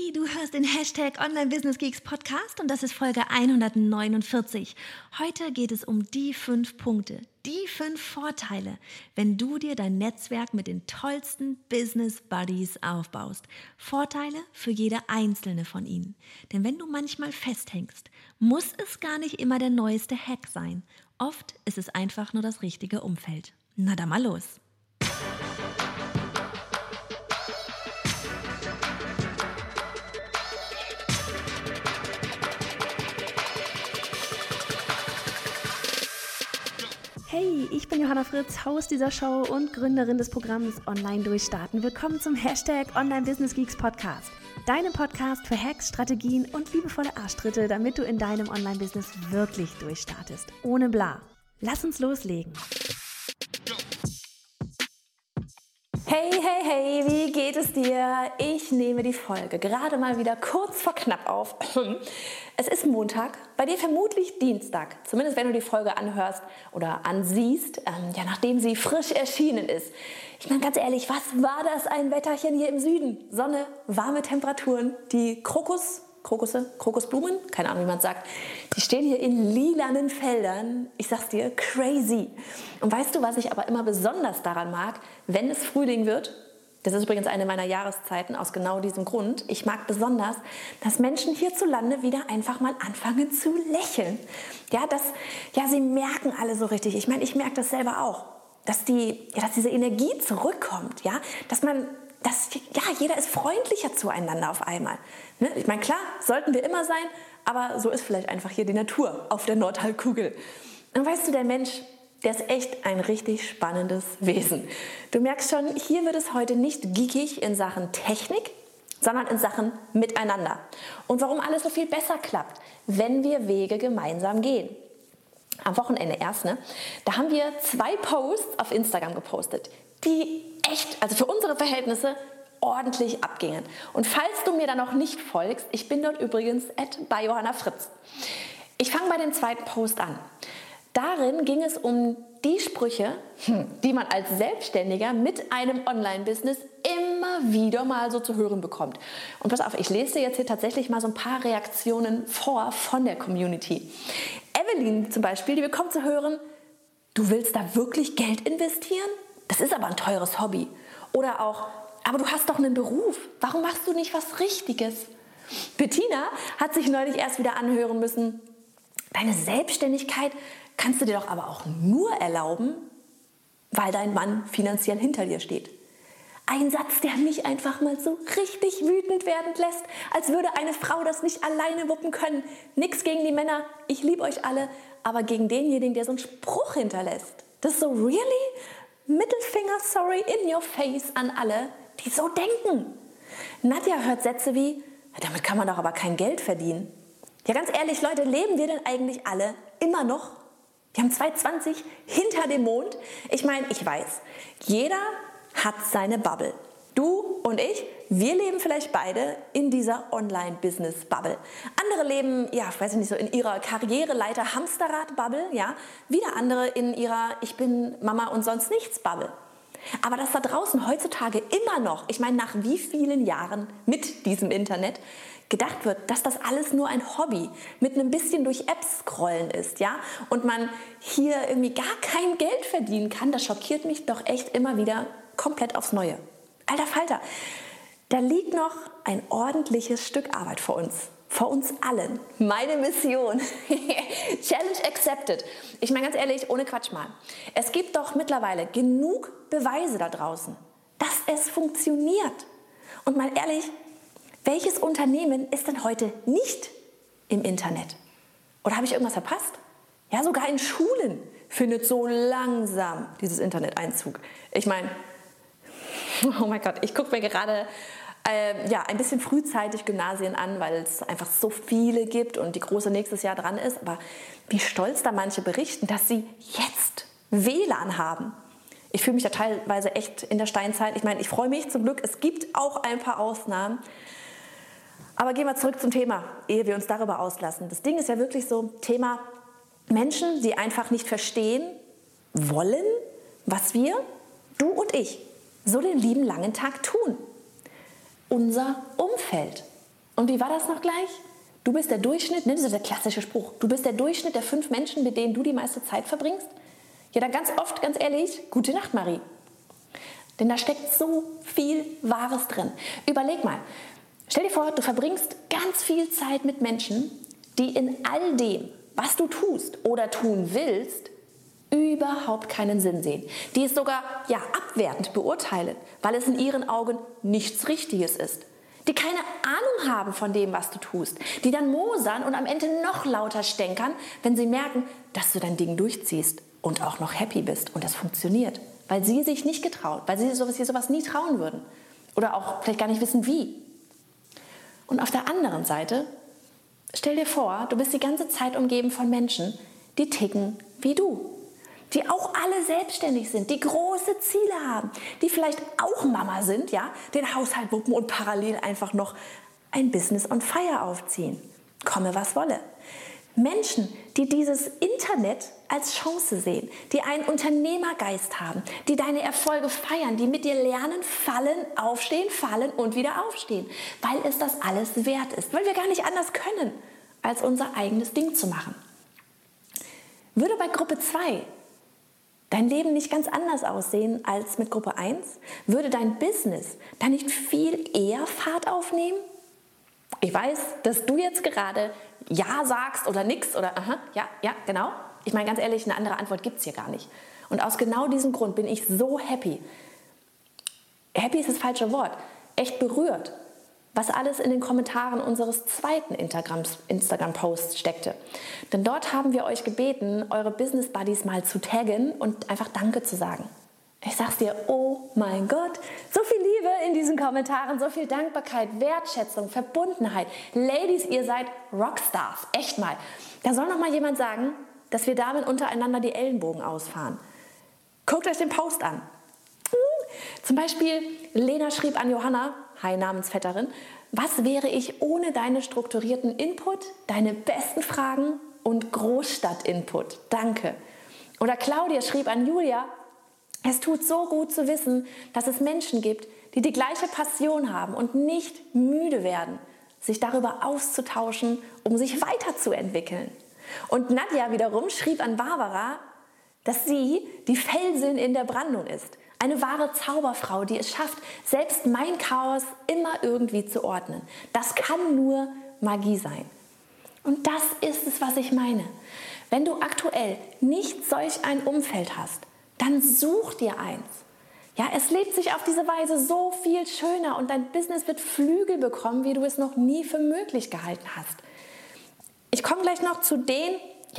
Hey, du hörst den Hashtag Online Business Geeks Podcast und das ist Folge 149. Heute geht es um die 5 Punkte, die 5 Vorteile, wenn du dir dein Netzwerk mit den tollsten Business Buddies aufbaust. Vorteile für jede einzelne von ihnen. Denn wenn du manchmal festhängst, muss es gar nicht immer der neueste Hack sein. Oft ist es einfach nur das richtige Umfeld. Na dann mal los. Hey, ich bin Johanna Fritz, Host dieser Show und Gründerin des Programms Online Durchstarten. Willkommen zum Hashtag Online Business Geeks Podcast. Deinem Podcast für Hacks, Strategien und liebevolle Arschtritte, damit du in deinem Online-Business wirklich durchstartest. Ohne bla. Lass uns loslegen. Hey, wie geht es dir? Ich nehme die Folge gerade mal wieder kurz vor knapp auf. Es ist Montag, bei dir vermutlich Dienstag, zumindest wenn du die Folge anhörst oder ansiehst, nachdem sie frisch erschienen ist. Ich meine, ganz ehrlich, was war das ein Wetterchen hier im Süden? Sonne, warme Temperaturen, die Krokusblumen, keine Ahnung, wie man es sagt, die stehen hier in lilanen Feldern. Ich sag's dir, crazy. Und weißt du, was ich aber immer besonders daran mag, wenn es Frühling wird? Das ist übrigens eine meiner Jahreszeiten aus genau diesem Grund. Ich mag besonders, dass Menschen hierzulande wieder einfach mal anfangen zu lächeln. Sie merken alle so richtig. Ich meine, ich merke das selber auch, dass diese Energie zurückkommt, dass jeder ist freundlicher zueinander auf einmal. Ne? Ich meine, klar, sollten wir immer sein, aber so ist vielleicht einfach hier die Natur auf der Nordhalbkugel. Und weißt du, der Mensch, der ist echt ein richtig spannendes Wesen. Du merkst schon, hier wird es heute nicht geekig in Sachen Technik, sondern in Sachen Miteinander. Und warum alles so viel besser klappt, wenn wir Wege gemeinsam gehen. Am Wochenende erst, da haben wir 2 Posts auf Instagram gepostet, die echt, also für unsere Verhältnisse, ordentlich abgingen. Und falls du mir da noch nicht folgst, ich bin dort übrigens bei Johanna Fritz. Ich fange bei dem zweiten Post an. Darin ging es um die Sprüche, die man als Selbstständiger mit einem Online-Business immer wieder mal so zu hören bekommt. Und pass auf, ich lese dir jetzt hier tatsächlich mal so ein paar Reaktionen vor von der Community. Evelyn zum Beispiel, die bekommt zu hören, du willst da wirklich Geld investieren? Das ist aber ein teures Hobby. Oder auch, aber du hast doch einen Beruf. Warum machst du nicht was Richtiges? Bettina hat sich neulich erst wieder anhören müssen, deine Selbstständigkeit kannst du dir doch aber auch nur erlauben, weil dein Mann finanziell hinter dir steht. Ein Satz, der mich einfach mal so richtig wütend werden lässt, als würde eine Frau das nicht alleine wuppen können. Nix gegen die Männer, ich liebe euch alle, aber gegen denjenigen, der so einen Spruch hinterlässt. Das ist so, really? Mittelfinger, sorry, in your face an alle, die so denken. Nadja hört Sätze wie, damit kann man doch aber kein Geld verdienen. Ja, ganz ehrlich, Leute, leben wir denn eigentlich alle immer noch? Wir haben 2020 hinter dem Mond. Ich meine, ich weiß, jeder hat seine Bubble. Du und ich, wir leben vielleicht beide in dieser Online-Business-Bubble. Andere leben, so in ihrer Karriereleiter-Hamsterrad-Bubble, wieder andere in ihrer Ich bin Mama und sonst nichts Bubble. Aber dass da draußen heutzutage immer noch, ich meine, nach wie vielen Jahren mit diesem Internet, gedacht wird, dass das alles nur ein Hobby mit einem bisschen durch Apps scrollen ist, und man hier irgendwie gar kein Geld verdienen kann, das schockiert mich doch echt immer wieder komplett aufs Neue. Alter Falter, da liegt noch ein ordentliches Stück Arbeit vor uns allen. Meine Mission. Challenge accepted. Ich meine ganz ehrlich, ohne Quatsch mal. Es gibt doch mittlerweile genug Beweise da draußen, dass es funktioniert. Und mal ehrlich, welches Unternehmen ist denn heute nicht im Internet? Oder habe ich irgendwas verpasst? Ja, sogar in Schulen findet so langsam dieses Internet Einzug. Ich meine, oh mein Gott, ich gucke mir gerade ein bisschen frühzeitig Gymnasien an, weil es einfach so viele gibt und die große nächstes Jahr dran ist. Aber wie stolz da manche berichten, dass sie jetzt WLAN haben. Ich fühle mich da teilweise echt in der Steinzeit. Ich meine, ich freue mich zum Glück. Es gibt auch ein paar Ausnahmen. Aber gehen wir zurück zum Thema, ehe wir uns darüber auslassen. Das Ding ist ja wirklich so, Thema Menschen, die einfach nicht verstehen wollen, was wir, du und ich, so den lieben langen Tag tun. Unser Umfeld. Und wie war das noch gleich? Du bist der Durchschnitt, das ist der klassische Spruch, du bist der Durchschnitt der 5 Menschen, mit denen du die meiste Zeit verbringst? Ja, dann ganz oft, ganz ehrlich, gute Nacht, Marie. Denn da steckt so viel Wahres drin. Überleg mal, stell dir vor, du verbringst ganz viel Zeit mit Menschen, die in all dem, was du tust oder tun willst, überhaupt keinen Sinn sehen. Die es sogar abwertend beurteilen, weil es in ihren Augen nichts Richtiges ist. Die keine Ahnung haben von dem, was du tust. Die dann mosern und am Ende noch lauter stänkern, wenn sie merken, dass du dein Ding durchziehst und auch noch happy bist und das funktioniert. Weil sie sich nicht getraut, weil sie sowas nie trauen würden. Oder auch vielleicht gar nicht wissen, wie. Und auf der anderen Seite, stell dir vor, du bist die ganze Zeit umgeben von Menschen, die ticken wie du. Die auch alle selbstständig sind, die große Ziele haben, die vielleicht auch Mama sind, den Haushalt wuppen und parallel einfach noch ein Business on fire aufziehen. Komme, was wolle. Menschen, die dieses Internet als Chance sehen, die einen Unternehmergeist haben, die deine Erfolge feiern, die mit dir lernen, fallen, aufstehen, fallen und wieder aufstehen, weil es das alles wert ist, weil wir gar nicht anders können, als unser eigenes Ding zu machen. Würde bei Gruppe 2 dein Leben nicht ganz anders aussehen als mit Gruppe 1? Würde dein Business dann nicht viel eher Fahrt aufnehmen? Ich weiß, dass du jetzt gerade Ja sagst oder nix oder aha, ja, genau. Ich meine, ganz ehrlich, eine andere Antwort gibt es hier gar nicht. Und aus genau diesem Grund bin ich so happy. Happy ist das falsche Wort. Echt berührt, was alles in den Kommentaren unseres zweiten Instagram-Posts steckte. Denn dort haben wir euch gebeten, eure Business Buddies mal zu taggen und einfach Danke zu sagen. Ich sag's dir, oh mein Gott, so viel Liebe in diesen Kommentaren, so viel Dankbarkeit, Wertschätzung, Verbundenheit. Ladies, ihr seid Rockstars, echt mal. Da soll noch mal jemand sagen, dass wir damit untereinander die Ellenbogen ausfahren. Guckt euch den Post an. Zum Beispiel, Lena schrieb an Johanna, hi Namensvetterin, was wäre ich ohne deine strukturierten Input, deine besten Fragen und Großstadt-Input? Danke. Oder Claudia schrieb an Julia, es tut so gut zu wissen, dass es Menschen gibt, die die gleiche Passion haben und nicht müde werden, sich darüber auszutauschen, um sich weiterzuentwickeln. Und Nadja wiederum schrieb an Barbara, dass sie die Felsin in der Brandung ist. Eine wahre Zauberfrau, die es schafft, selbst mein Chaos immer irgendwie zu ordnen. Das kann nur Magie sein. Und das ist es, was ich meine. Wenn du aktuell nicht solch ein Umfeld hast, dann such dir eins. Ja, es lebt sich auf diese Weise so viel schöner und dein Business wird Flügel bekommen, wie du es noch nie für möglich gehalten hast. Ich komme gleich noch zu den,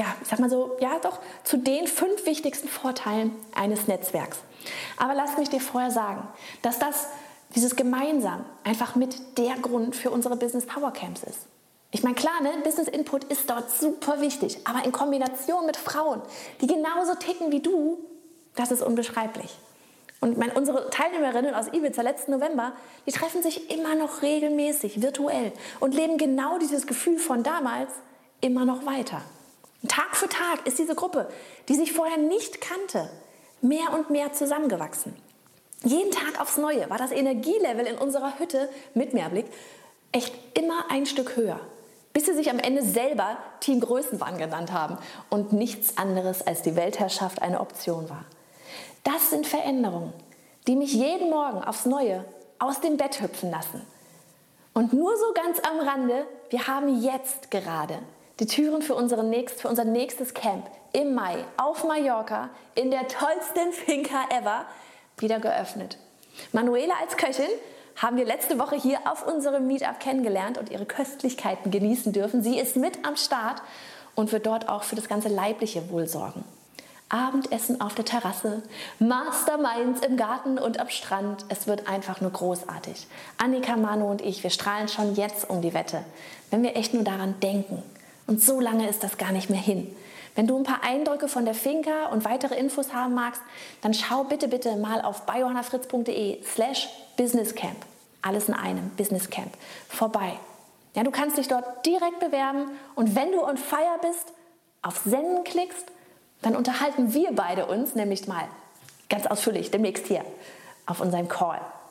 zu den 5 wichtigsten Vorteilen eines Netzwerks. Aber lass mich dir vorher sagen, dass dieses Gemeinsam einfach mit der Grund für unsere Business Power Camps ist. Ich meine, klar, Business Input ist dort super wichtig, aber in Kombination mit Frauen, die genauso ticken wie du, das ist unbeschreiblich. Und unsere Teilnehmerinnen aus Ibiza letzten November, die treffen sich immer noch regelmäßig, virtuell und leben genau dieses Gefühl von damals immer noch weiter. Tag für Tag ist diese Gruppe, die sich vorher nicht kannte, mehr und mehr zusammengewachsen. Jeden Tag aufs Neue war das Energielevel in unserer Hütte mit Mehrblick echt immer ein Stück höher, bis sie sich am Ende selber Team Größenwahn genannt haben und nichts anderes als die Weltherrschaft eine Option war. Das sind Veränderungen, die mich jeden Morgen aufs Neue aus dem Bett hüpfen lassen. Und nur so ganz am Rande, wir haben jetzt gerade die Türen für unser nächstes Camp im Mai auf Mallorca in der tollsten Finca ever wieder geöffnet. Manuela als Köchin haben wir letzte Woche hier auf unserem Meetup kennengelernt und ihre Köstlichkeiten genießen dürfen. Sie ist mit am Start und wird dort auch für das ganze leibliche Wohl sorgen. Abendessen auf der Terrasse, Masterminds im Garten und am Strand. Es wird einfach nur großartig. Annika, Manu und ich, wir strahlen schon jetzt um die Wette, wenn wir echt nur daran denken. Und so lange ist das gar nicht mehr hin. Wenn du ein paar Eindrücke von der Finca und weitere Infos haben magst, dann schau bitte mal auf biohannafritz.de/businesscamp. Alles in einem, Businesscamp, vorbei. Ja, du kannst dich dort direkt bewerben und wenn du on fire bist, auf Senden klickst, dann unterhalten wir beide uns nämlich mal ganz ausführlich demnächst hier auf unserem Call.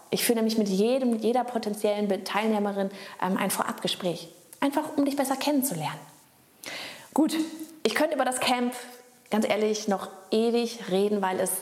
Ich führe nämlich mit jeder potenziellen Teilnehmerin ein Vorabgespräch. Einfach, um dich besser kennenzulernen. Gut, ich könnte über das Camp, ganz ehrlich, noch ewig reden, weil es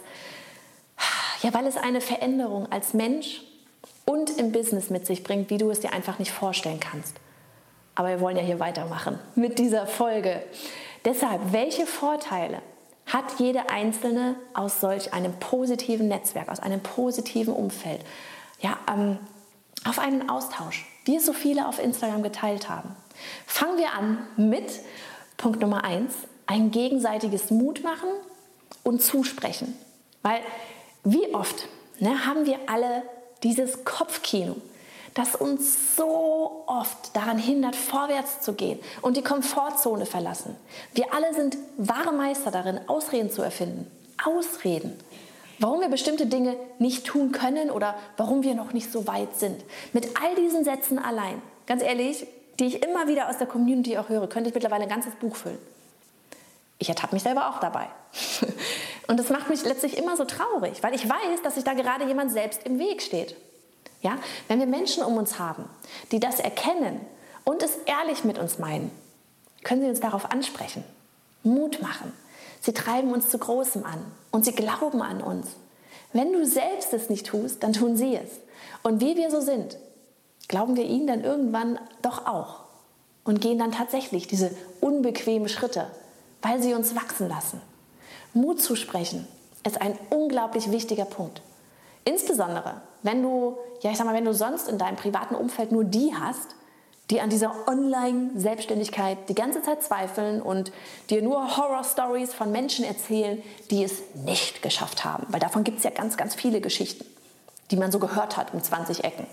eine Veränderung als Mensch und im Business mit sich bringt, wie du es dir einfach nicht vorstellen kannst. Aber wir wollen ja hier weitermachen mit dieser Folge. Deshalb, welche Vorteile hat jede Einzelne aus solch einem positiven Netzwerk, aus einem positiven Umfeld? Ja, auf einen Austausch, wie es so viele auf Instagram geteilt haben. Fangen wir an mit Punkt Nummer 1, ein gegenseitiges Mutmachen und Zusprechen. Weil wie oft haben wir alle dieses Kopfkino, das uns so oft daran hindert, vorwärts zu gehen und die Komfortzone verlassen. Wir alle sind wahre Meister darin, Ausreden zu erfinden. Ausreden. Warum wir bestimmte Dinge nicht tun können oder warum wir noch nicht so weit sind. Mit all diesen Sätzen allein, ganz ehrlich, die ich immer wieder aus der Community auch höre, könnte ich mittlerweile ein ganzes Buch füllen. Ich ertappe mich selber auch dabei. Und das macht mich letztlich immer so traurig, weil ich weiß, dass sich da gerade jemand selbst im Weg steht. Ja? Wenn wir Menschen um uns haben, die das erkennen und es ehrlich mit uns meinen, können sie uns darauf ansprechen, Mut machen. Sie treiben uns zu Großem an und sie glauben an uns. Wenn du selbst es nicht tust, dann tun sie es. Und wie wir so sind, glauben wir ihnen dann irgendwann doch auch und gehen dann tatsächlich diese unbequemen Schritte, weil sie uns wachsen lassen. Mut zu sprechen ist ein unglaublich wichtiger Punkt. Insbesondere, wenn du sonst in deinem privaten Umfeld nur die hast, die an dieser Online-Selbstständigkeit die ganze Zeit zweifeln und dir nur Horror-Stories von Menschen erzählen, die es nicht geschafft haben. Weil davon gibt es ja ganz, ganz viele Geschichten, die man so gehört hat um 20 Ecken.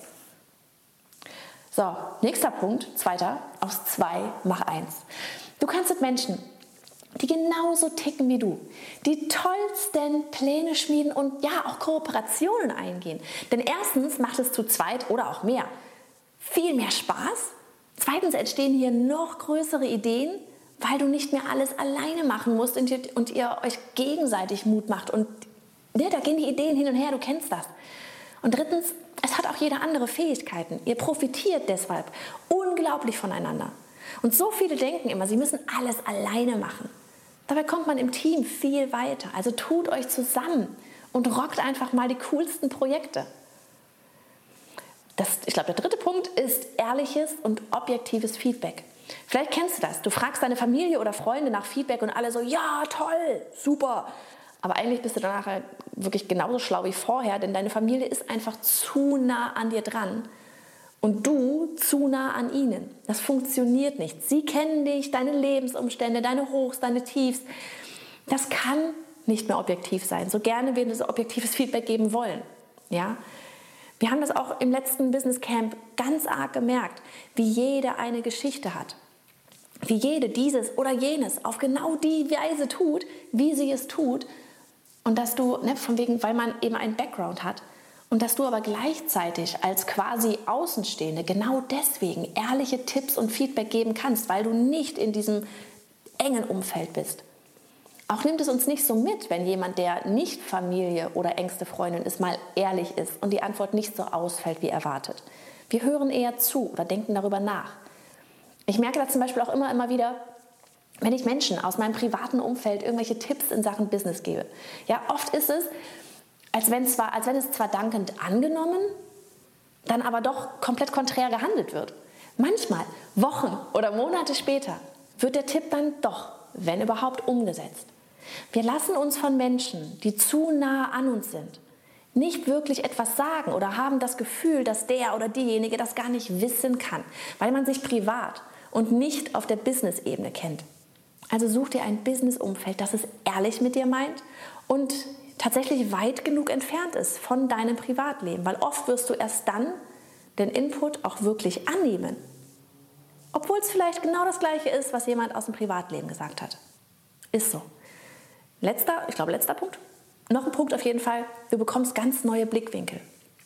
So, nächster Punkt, zweiter, aus 2 mach 1. Du kannst mit Menschen, die genauso ticken wie du, die tollsten Pläne schmieden und ja, auch Kooperationen eingehen. Denn erstens macht es zu zweit oder auch mehr viel mehr Spaß. Zweitens entstehen hier noch größere Ideen, weil du nicht mehr alles alleine machen musst und ihr euch gegenseitig Mut macht. Und da gehen die Ideen hin und her, du kennst das. Und drittens, es hat auch jeder andere Fähigkeiten. Ihr profitiert deshalb unglaublich voneinander. Und so viele denken immer, sie müssen alles alleine machen. Dabei kommt man im Team viel weiter. Also tut euch zusammen und rockt einfach mal die coolsten Projekte. Ich glaube, der dritte Punkt ist ehrliches und objektives Feedback. Vielleicht kennst du das. Du fragst deine Familie oder Freunde nach Feedback und alle so, ja, toll, super. Aber eigentlich bist du danach halt wirklich genauso schlau wie vorher, denn deine Familie ist einfach zu nah an dir dran und du zu nah an ihnen. Das funktioniert nicht. Sie kennen dich, deine Lebensumstände, deine Hochs, deine Tiefs. Das kann nicht mehr objektiv sein, so gerne wir so objektives Feedback geben wollen. Ja? Wir haben das auch im letzten Business Camp ganz arg gemerkt, wie jede eine Geschichte hat. Wie jede dieses oder jenes auf genau die Weise tut, wie sie es tut. Und dass du, von wegen, weil man eben einen Background hat, und dass du aber gleichzeitig als quasi Außenstehende genau deswegen ehrliche Tipps und Feedback geben kannst, weil du nicht in diesem engen Umfeld bist. Auch nimmt es uns nicht so mit, wenn jemand, der nicht Familie oder engste Freundin ist, mal ehrlich ist und die Antwort nicht so ausfällt wie erwartet. Wir hören eher zu oder denken darüber nach. Ich merke das zum Beispiel auch immer wieder, wenn ich Menschen aus meinem privaten Umfeld irgendwelche Tipps in Sachen Business gebe. Ja, oft ist es, als wenn es zwar dankend angenommen, dann aber doch komplett konträr gehandelt wird. Manchmal, Wochen oder Monate später, wird der Tipp dann doch, wenn überhaupt, umgesetzt. Wir lassen uns von Menschen, die zu nah an uns sind, nicht wirklich etwas sagen oder haben das Gefühl, dass der oder diejenige das gar nicht wissen kann, weil man sich privat und nicht auf der Business-Ebene kennt. Also such dir ein Business-Umfeld, das es ehrlich mit dir meint und tatsächlich weit genug entfernt ist von deinem Privatleben, weil oft wirst du erst dann den Input auch wirklich annehmen, obwohl es vielleicht genau das Gleiche ist, was jemand aus dem Privatleben gesagt hat. Ist so. Letzter Punkt. Noch ein Punkt auf jeden Fall. Du bekommst ganz neue Blickwinkel.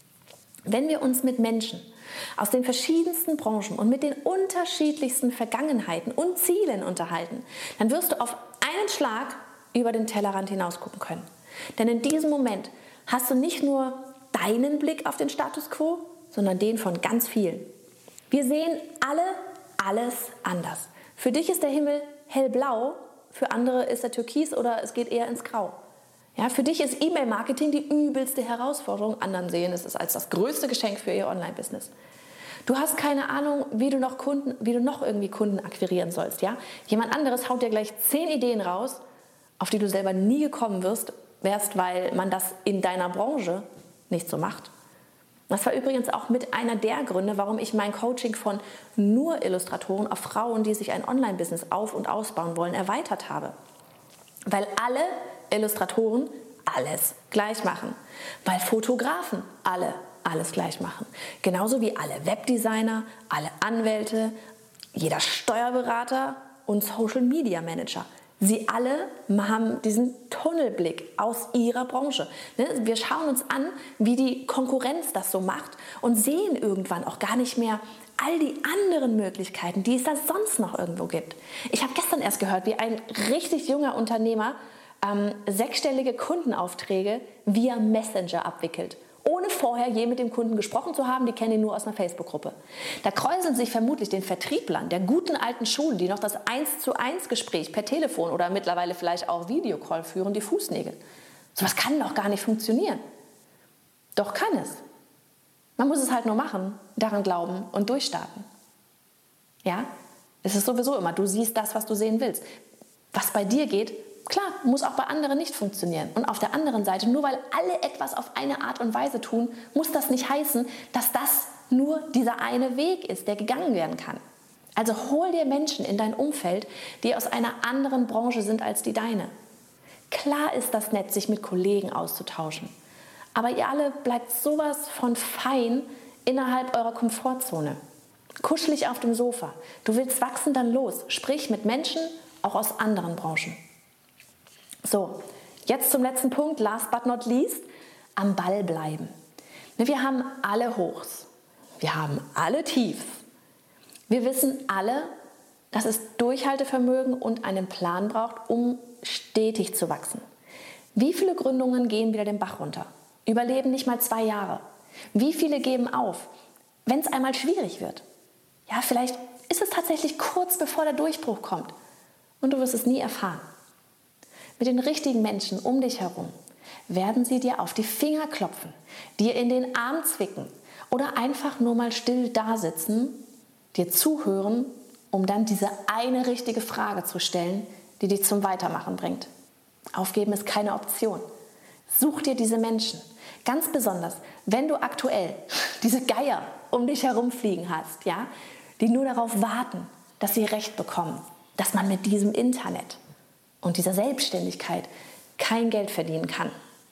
Wenn wir uns mit Menschen aus den verschiedensten Branchen und mit den unterschiedlichsten Vergangenheiten und Zielen unterhalten, dann wirst du auf einen Schlag über den Tellerrand hinaus gucken können. Denn in diesem Moment hast du nicht nur deinen Blick auf den Status quo, sondern den von ganz vielen. Wir sehen alle alles anders. Für dich ist der Himmel hellblau, für andere ist er türkis oder es geht eher ins Grau. Ja, für dich ist E-Mail-Marketing die übelste Herausforderung. Anderen sehen es als das größte Geschenk für ihr Online-Business. Du hast keine Ahnung, wie du noch irgendwie Kunden akquirieren sollst. Ja? Jemand anderes haut dir gleich 10 Ideen raus, auf die du selber nie gekommen wärst, weil man das in deiner Branche nicht so macht. Das war übrigens auch mit einer der Gründe, warum ich mein Coaching von nur Illustratoren auf Frauen, die sich ein Online-Business auf- und ausbauen wollen, erweitert habe. Weil alle Illustratoren alles gleich machen. Weil Fotografen alles gleich machen. Genauso wie alle Webdesigner, alle Anwälte, jeder Steuerberater und Social Media Manager. Sie alle haben diesen Tunnelblick aus ihrer Branche. Wir schauen uns an, wie die Konkurrenz das so macht und sehen irgendwann auch gar nicht mehr all die anderen Möglichkeiten, die es da sonst noch irgendwo gibt. Ich habe gestern erst gehört, wie ein richtig junger Unternehmer 6-stellige Kundenaufträge via Messenger abwickelt, ohne vorher je mit dem Kunden gesprochen zu haben. Die kennen ihn nur aus einer Facebook-Gruppe. Da kräuseln sich vermutlich den Vertrieblern der guten alten Schule, die noch das 1:1 Gespräch per Telefon oder mittlerweile vielleicht auch Videocall führen, die Fußnägel. Sowas kann doch gar nicht funktionieren. Doch kann es. Man muss es halt nur machen, daran glauben und durchstarten. Ja, es ist sowieso immer, du siehst das, was du sehen willst. Was bei dir geht, klar, muss auch bei anderen nicht funktionieren. Und auf der anderen Seite, nur weil alle etwas auf eine Art und Weise tun, muss das nicht heißen, dass das nur dieser eine Weg ist, der gegangen werden kann. Also hol dir Menschen in dein Umfeld, die aus einer anderen Branche sind als die deine. Klar ist das nett, sich mit Kollegen auszutauschen. Aber ihr alle bleibt sowas von fein innerhalb eurer Komfortzone. Kuschelig auf dem Sofa. Du willst wachsen, dann los. Sprich mit Menschen, auch aus anderen Branchen. So, jetzt zum letzten Punkt, last but not least, am Ball bleiben. Wir haben alle Hochs, wir haben alle Tiefs. Wir wissen alle, dass es Durchhaltevermögen und einen Plan braucht, um stetig zu wachsen. Wie viele Gründungen gehen wieder den Bach runter? Überleben nicht mal 2 Jahre? Wie viele geben auf, wenn es einmal schwierig wird? Ja, vielleicht ist es tatsächlich kurz bevor der Durchbruch kommt und du wirst es nie erfahren. Mit den richtigen Menschen um dich herum werden sie dir auf die Finger klopfen, dir in den Arm zwicken oder einfach nur mal still dasitzen, dir zuhören, um dann diese eine richtige Frage zu stellen, die dich zum Weitermachen bringt. Aufgeben ist keine Option. Such dir diese Menschen. Ganz besonders, wenn du aktuell diese Geier um dich herumfliegen hast, ja, die nur darauf warten, dass sie Recht bekommen, dass man mit diesem Internet und dieser Selbstständigkeit kein Geld verdienen kann.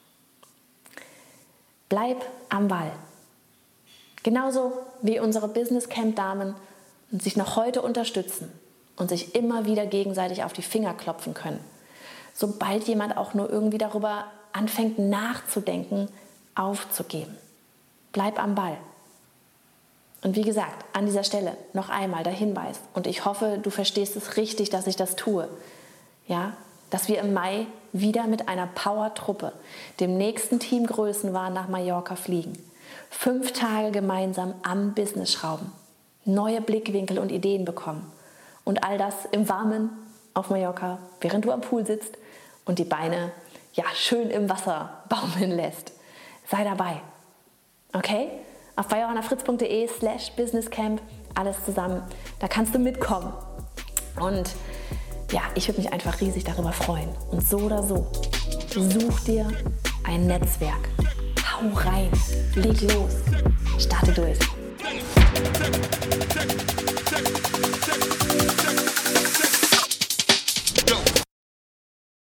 Bleib am Ball. Genauso wie unsere Business Camp Damen sich noch heute unterstützen und sich immer wieder gegenseitig auf die Finger klopfen können. Sobald jemand auch nur irgendwie darüber anfängt nachzudenken, aufzugeben. Bleib am Ball. Und wie gesagt, an dieser Stelle noch einmal der Hinweis, und ich hoffe, du verstehst es richtig, dass ich das tue, ja, dass wir im Mai wieder mit einer Power-Truppe, dem nächsten Team Größenwahn nach Mallorca fliegen. 5 Tage gemeinsam am Business schrauben, neue Blickwinkel und Ideen bekommen und all das im Warmen auf Mallorca, während du am Pool sitzt und die Beine ja schön im Wasser baumeln lässt. Sei dabei. Okay? Auf biohannafritz.de/businesscamp alles zusammen. Da kannst du mitkommen. Und ja, ich würde mich einfach riesig darüber freuen. Und so oder so, such dir ein Netzwerk. Hau rein, leg los, starte durch.